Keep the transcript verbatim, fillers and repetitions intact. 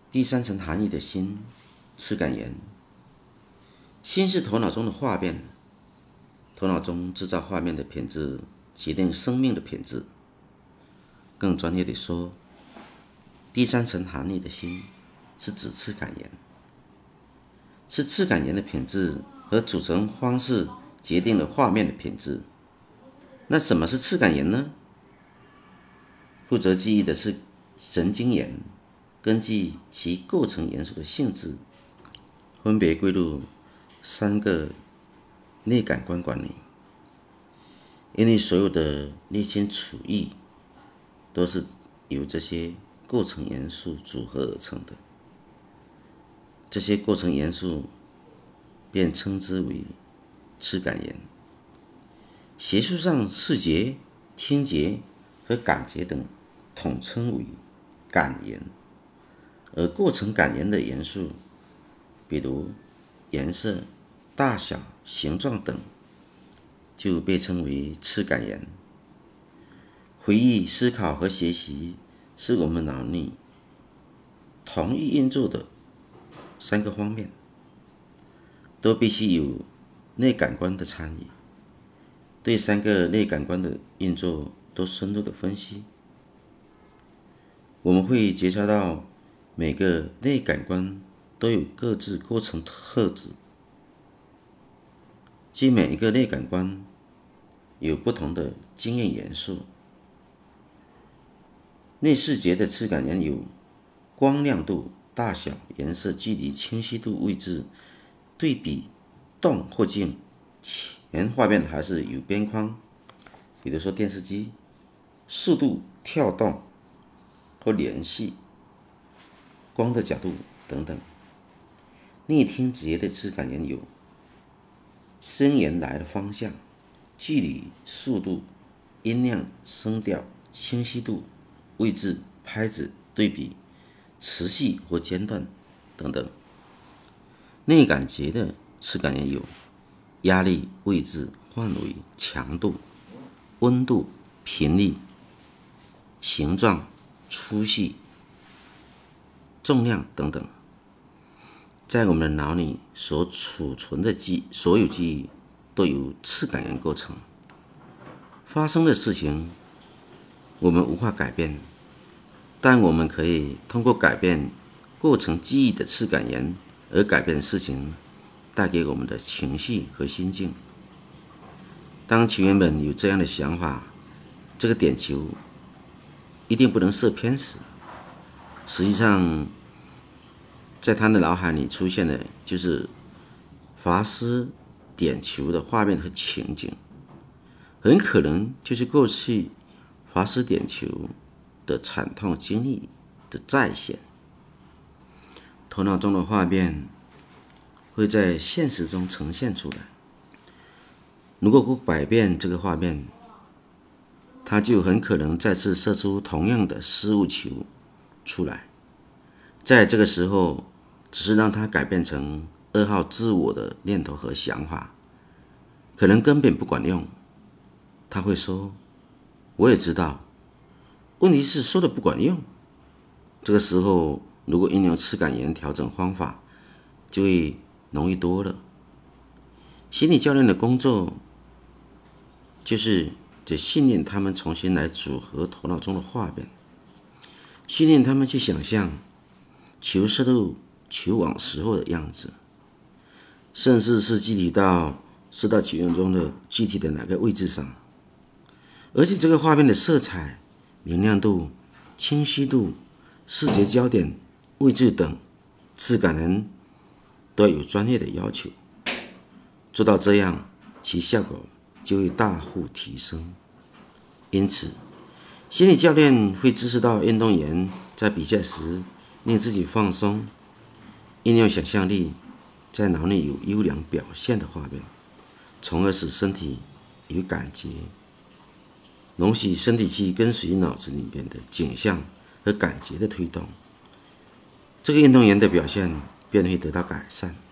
第三层含义的心，次感言。心是头脑中的画面，头脑中制造画面的品质决定生命的品质。更专业地说，第三层含义的心是指次感言，是次感言的品质和组成方式决定了画面的品质。那什么是次感言呢？负责记忆的是神经元，根据其构成元素的性质，分别归入三个内感官管理。因为所有的内心处意都是由这些构成元素组合而成的，这些构成元素便称之为次感言。学术上，视觉、听觉和感觉等统称为感言，而构成感言的元素，比如颜色、大小、形状等，就被称为次感言。回忆、思考和学习是我们脑内同一运作的三个方面，都必须有内感官的参与。对三个内感官的运作都深入的分析，我们会觉察到每个内感官都有各自构成特质，即每一个内感官有不同的经验元素。内视觉的次感言有光亮度、大小、颜色、距离、清晰度、位置、对比、动或静、前画面还是有边框，比如说电视机、速度、跳动或联系、光的角度等等。内听觉的次感言有声源来的方向、距离、速度、音量、声调、清晰度、位置、拍子、对比、持续或间断等等。内感觉的次感言有压力、位置、范围、强度、温度、频率、形状、粗细、重量等等。在我们的脑里所储存的记所有记忆都由次感言构成。发生的事情我们无法改变，但我们可以通过改变构成记忆的次感言而改变事情带给我们的情绪和心境。当球员们有这样的想法，这个点球一定不能射偏时，实际上在他的脑海里出现的就是罚失点球的画面和情景，很可能就是过去罚失点球的惨痛经历的再现。头脑中的画面会在现实中呈现出来，如果不改变这个画面，它就很可能再次射出同样的失误球出来。在这个时候，只是让它改变成二号自我的念头和想法，可能根本不管用。他会说，我也知道，问题是说的不管用。这个时候如果运用次感言调整方法，就会容易多了。心理教练的工作就是得训练他们重新来组合头脑中的画面，训练他们去想象球射入球网时候的样子，甚至是具体到射到球网中的具体的哪个位置上，而且这个画面的色彩、明亮度、清晰度、视觉焦点、位置等次感言都有专业的要求，做到这样，其效果就会大幅提升。因此，心理教练会支持到运动员在比赛时令自己放松，运用想象力，在脑内有优良表现的画面，从而使身体有感觉，容许身体去跟随脑子里面的景象和感觉的推动，这个运动员的表现便会得到改善。